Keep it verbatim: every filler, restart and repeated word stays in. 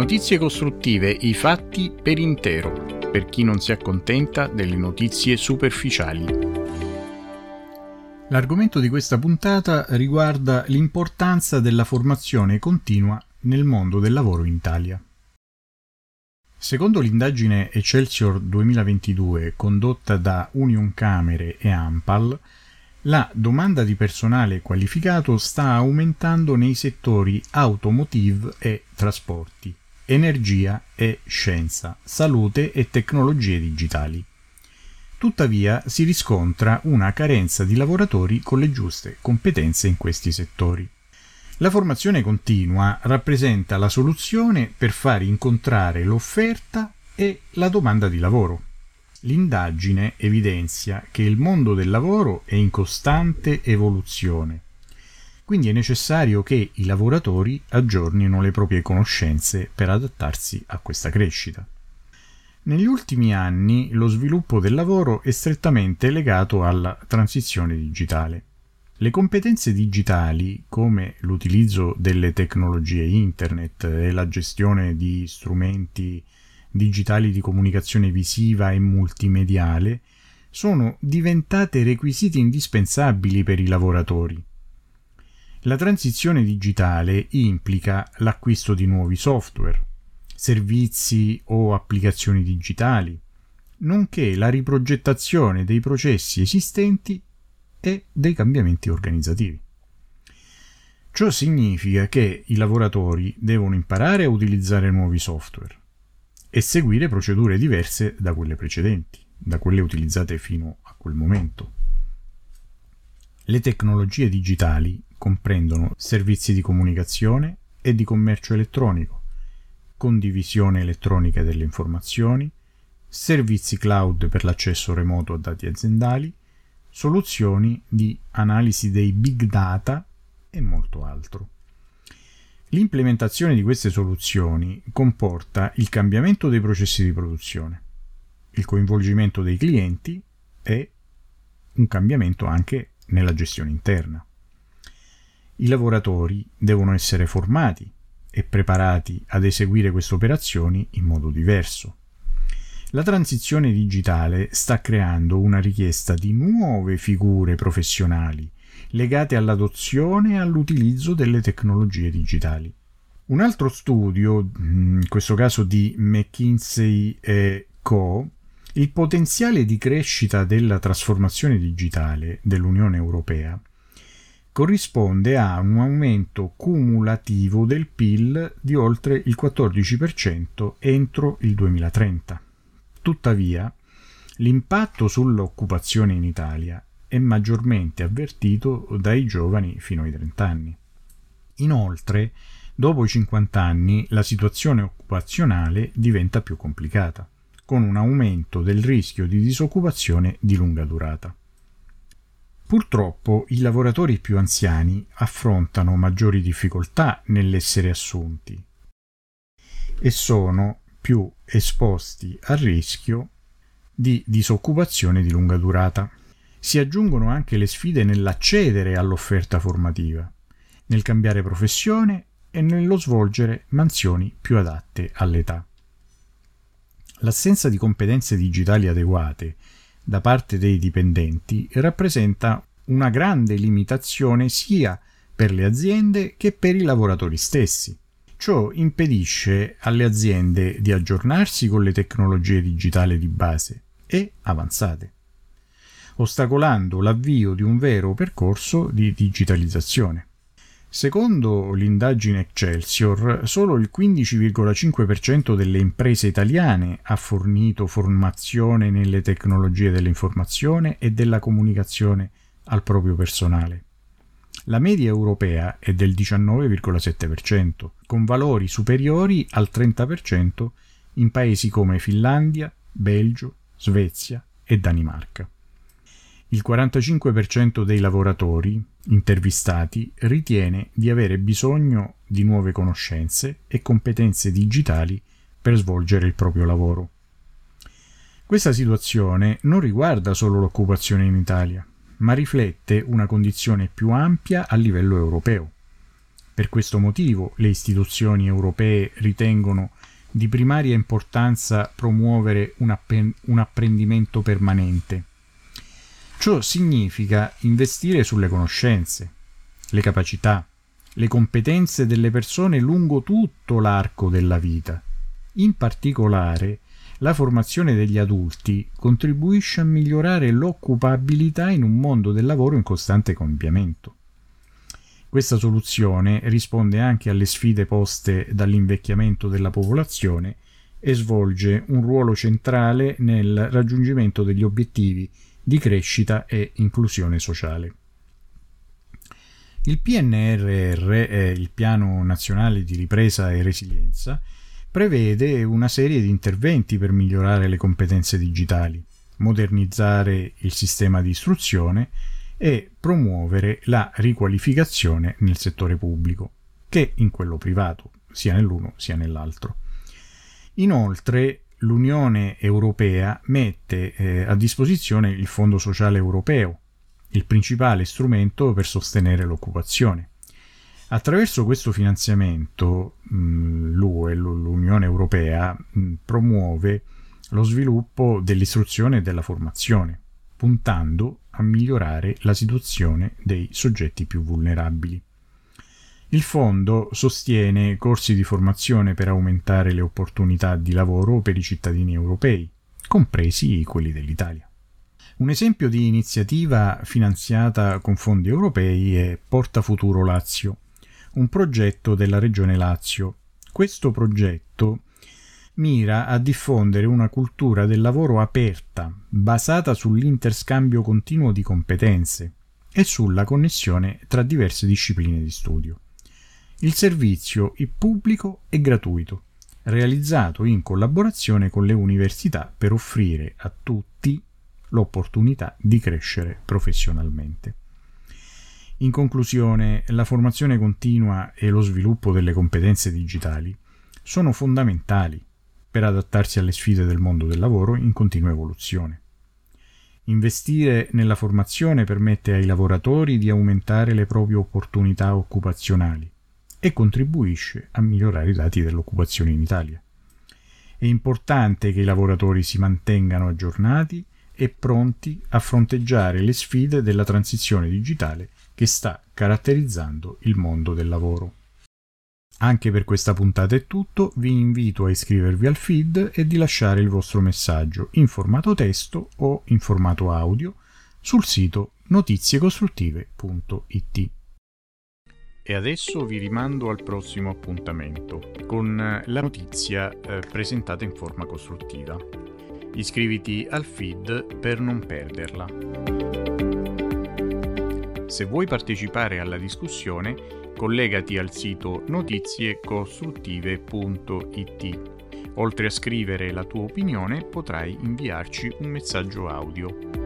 notizie costruttive, i fatti per intero, per chi non si accontenta delle notizie superficiali. L'argomento di questa puntata riguarda l'importanza della formazione continua nel mondo del lavoro in Italia. Secondo l'indagine Excelsior duemilaventidue condotta da Unioncamere e ANPAL, la domanda di personale qualificato sta aumentando nei settori automotive e trasporti, energia e scienza, salute e tecnologie digitali. Tuttavia si riscontra una carenza di lavoratori con le giuste competenze in questi settori. La formazione continua rappresenta la soluzione per far incontrare l'offerta e la domanda di lavoro. L'indagine evidenzia che il mondo del lavoro è in costante evoluzione, quindi è necessario che i lavoratori aggiornino le proprie conoscenze per adattarsi a questa crescita. Negli ultimi anni lo sviluppo del lavoro è strettamente legato alla transizione digitale. Le competenze digitali, come l'utilizzo delle tecnologie internet e la gestione di strumenti digitali di comunicazione visiva e multimediale, sono diventate requisiti indispensabili per i lavoratori. La transizione digitale implica l'acquisto di nuovi software, servizi o applicazioni digitali, nonché la riprogettazione dei processi esistenti e dei cambiamenti organizzativi. Ciò significa che i lavoratori devono imparare a utilizzare nuovi software e seguire procedure diverse da quelle precedenti, da quelle utilizzate fino a quel momento. Le tecnologie digitali comprendono servizi di comunicazione e di commercio elettronico, condivisione elettronica delle informazioni, servizi cloud per l'accesso remoto a dati aziendali, soluzioni di analisi dei big data e molto altro. L'implementazione di queste soluzioni comporta il cambiamento dei processi di produzione, il coinvolgimento dei clienti e un cambiamento anche nella gestione interna. I lavoratori devono essere formati e preparati ad eseguire queste operazioni in modo diverso. La transizione digitale sta creando una richiesta di nuove figure professionali legate all'adozione e all'utilizzo delle tecnologie digitali. Un altro studio, in questo caso di McKinsey e Co., il potenziale di crescita della trasformazione digitale dell'Unione Europea corrisponde a un aumento cumulativo del P I L di oltre il quattordici per cento entro il duemilatrenta. Tuttavia, l'impatto sull'occupazione in Italia è maggiormente avvertito dai giovani fino ai trenta anni. Inoltre, dopo i cinquanta anni, la situazione occupazionale diventa più complicata, con un aumento del rischio di disoccupazione di lunga durata. Purtroppo, i lavoratori più anziani affrontano maggiori difficoltà nell'essere assunti e sono più esposti al rischio di disoccupazione di lunga durata. Si aggiungono anche le sfide nell'accedere all'offerta formativa, nel cambiare professione e nello svolgere mansioni più adatte all'età. L'assenza di competenze digitali adeguate da parte dei dipendenti rappresenta una grande limitazione sia per le aziende che per i lavoratori stessi. Ciò impedisce alle aziende di aggiornarsi con le tecnologie digitali di base e avanzate, ostacolando l'avvio di un vero percorso di digitalizzazione. Secondo l'indagine Excelsior, solo il quindici virgola cinque per cento delle imprese italiane ha fornito formazione nelle tecnologie dell'informazione e della comunicazione al proprio personale. La media europea è del diciannove virgola sette per cento, con valori superiori al trenta per cento in paesi come Finlandia, Belgio, Svezia e Danimarca. Il quarantacinque per cento dei lavoratori intervistati ritiene di avere bisogno di nuove conoscenze e competenze digitali per svolgere il proprio lavoro. Questa situazione non riguarda solo l'occupazione in Italia, ma riflette una condizione più ampia a livello europeo. Per questo motivo le istituzioni europee ritengono di primaria importanza promuovere un, appen- un apprendimento permanente. Ciò significa investire sulle conoscenze, le capacità, le competenze delle persone lungo tutto l'arco della vita. In particolare, la formazione degli adulti contribuisce a migliorare l'occupabilità in un mondo del lavoro in costante cambiamento. Questa soluzione risponde anche alle sfide poste dall'invecchiamento della popolazione e svolge un ruolo centrale nel raggiungimento degli obiettivi di crescita e inclusione sociale. Il P N R R, il Piano Nazionale di Ripresa e Resilienza, prevede una serie di interventi per migliorare le competenze digitali, modernizzare il sistema di istruzione e promuovere la riqualificazione nel settore pubblico, che in quello privato, sia nell'uno sia nell'altro. Inoltre, l'Unione Europea mette eh, a disposizione il Fondo Sociale Europeo, il principale strumento per sostenere l'occupazione. Attraverso questo finanziamento mh, l'U E, l'Unione Europea, mh, promuove lo sviluppo dell'istruzione e della formazione, puntando a migliorare la situazione dei soggetti più vulnerabili. Il fondo sostiene corsi di formazione per aumentare le opportunità di lavoro per i cittadini europei, compresi quelli dell'Italia. Un esempio di iniziativa finanziata con fondi europei è Porta Futuro Lazio, un progetto della Regione Lazio. Questo progetto mira a diffondere una cultura del lavoro aperta, basata sull'interscambio continuo di competenze e sulla connessione tra diverse discipline di studio. Il servizio è pubblico e gratuito, realizzato in collaborazione con le università per offrire a tutti l'opportunità di crescere professionalmente. In conclusione, la formazione continua e lo sviluppo delle competenze digitali sono fondamentali per adattarsi alle sfide del mondo del lavoro in continua evoluzione. Investire nella formazione permette ai lavoratori di aumentare le proprie opportunità occupazionali e contribuisce a migliorare i dati dell'occupazione in Italia. È importante che i lavoratori si mantengano aggiornati e pronti a fronteggiare le sfide della transizione digitale che sta caratterizzando il mondo del lavoro. Anche per questa puntata è tutto, vi invito a iscrivervi al feed e di lasciare il vostro messaggio in formato testo o in formato audio sul sito notiziecostruttive punto it. E adesso vi rimando al prossimo appuntamento con la notizia eh, presentata in forma costruttiva. Iscriviti al feed per non perderla. Se vuoi partecipare alla discussione, collegati al sito notiziecostruttive punto it. Oltre a scrivere la tua opinione, potrai inviarci un messaggio audio.